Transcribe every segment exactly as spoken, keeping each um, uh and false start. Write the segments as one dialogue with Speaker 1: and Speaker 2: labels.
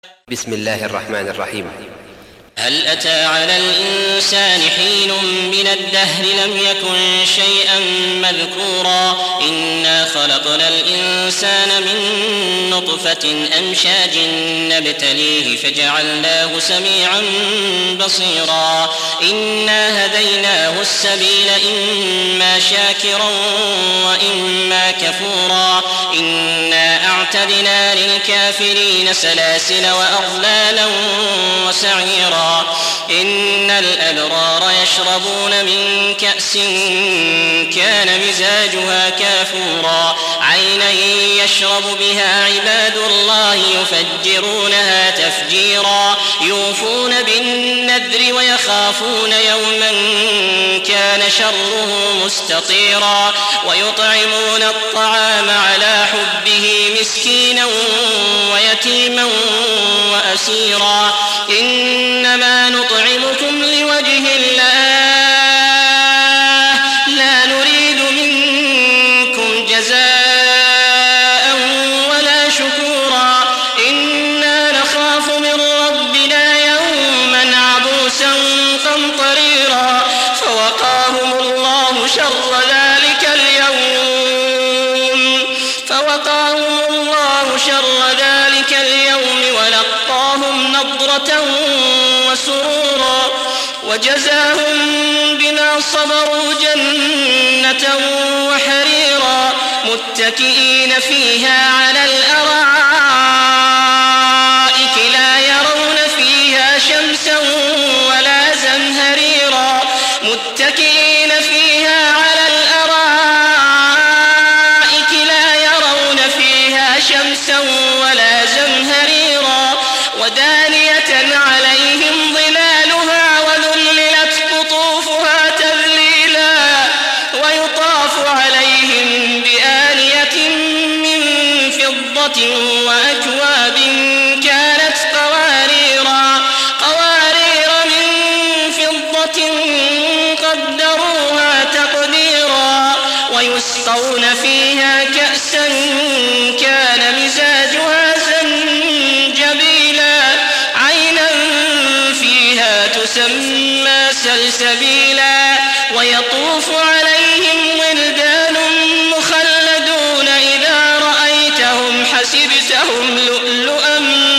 Speaker 1: بسم الله الرحمن الرحيم.
Speaker 2: هل أتى على الإنسان حين من الدهر لم يكن شيئا مذكورا إنا خلقنا الإنسان من نطفة أمشاج نبتليه فجعلناه سميعا بصيرا إنا هديناه السبيل إما شاكرا وإما كفورا إنا أعتدنا للكافرين سلاسل وأغلالا وسعيرا إن الأبرار يشربون من كأس كان مزاجها كافورا عينا يشرب بها عباد الله يفجرونها تفجيرا يوفون بالنذر ويخافون يوما كان شره مستطيرا ويطعمون الطعام على حبه مسكينا ويتيما وأسيرا إنما نطعمكم لوجه الله لا نريد منكم جزاء ولا شكورا إنا نخاف من ربنا يوما عبوسا قمطريرا فوقاهم الله شر ذلك اليوم فوقاهم الله شر ذلك اليوم ولقاهم نضرة وسرورا وجزاهم بما صبروا جنة وحريرا متكئين فيها على الأرائك لا يرون فيها شمسا ولا زمهريرا متكئين فيها على الأرائك لا يرون فيها شمسا ولا زمهريرا ودانية عليهم ظلالها وذللت قطوفها تذليلا ويطاف عليهم بآنية من فضة وأكواب كانت قواريرا قوارير من فضة قدروها تقديرا ويسقون فيها كأسا كان مزاجها زنجبيلا عينا فيها تسمى سلسبيلا ويطوف عليهم ولدان مخلدون إذا رأيتهم حسبتهم لؤلؤا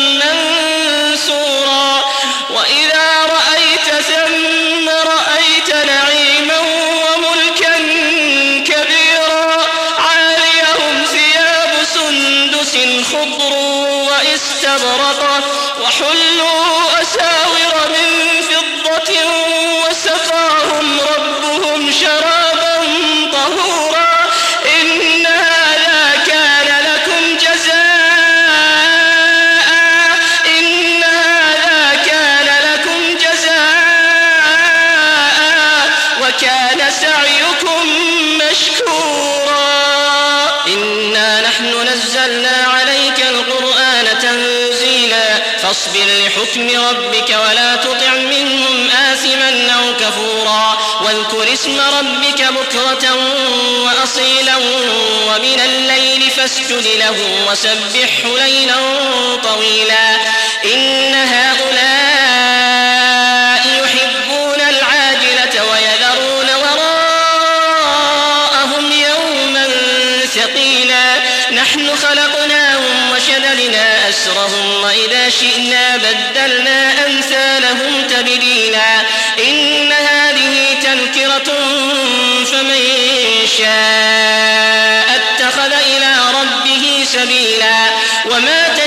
Speaker 2: منثورا وإذا رأيت ثم رأيت نعيما وملكا كبيرا عاليهم ثياب سندس خضر واستبرق وحلوا أساور من فضة وسقاهم ربهم شرابا طهورا إن هذا كان لكم جزاء إن هذا كان لكم جزاء وكان سعيكم مشكورا إنا نحن نزلنا عليك القرآن تنزيلا فاصبر لحكم ربك ولا تطع منهم آثما أو كفورا واذكر اسم ربك بكرة وأصيلا ومن الليل فاسجد له وسبحه ليلا طويلا إن هؤلاء يحبون العاجلة ويذرون وراءهم يوما ثقيلا نحن خلقناهم وشددنا أسرهم وإذا شئنا بدلنا أمثالهم تبديلا إن هذه تذكرة فمن شاء اتخذ إلى ربه سبيلا وما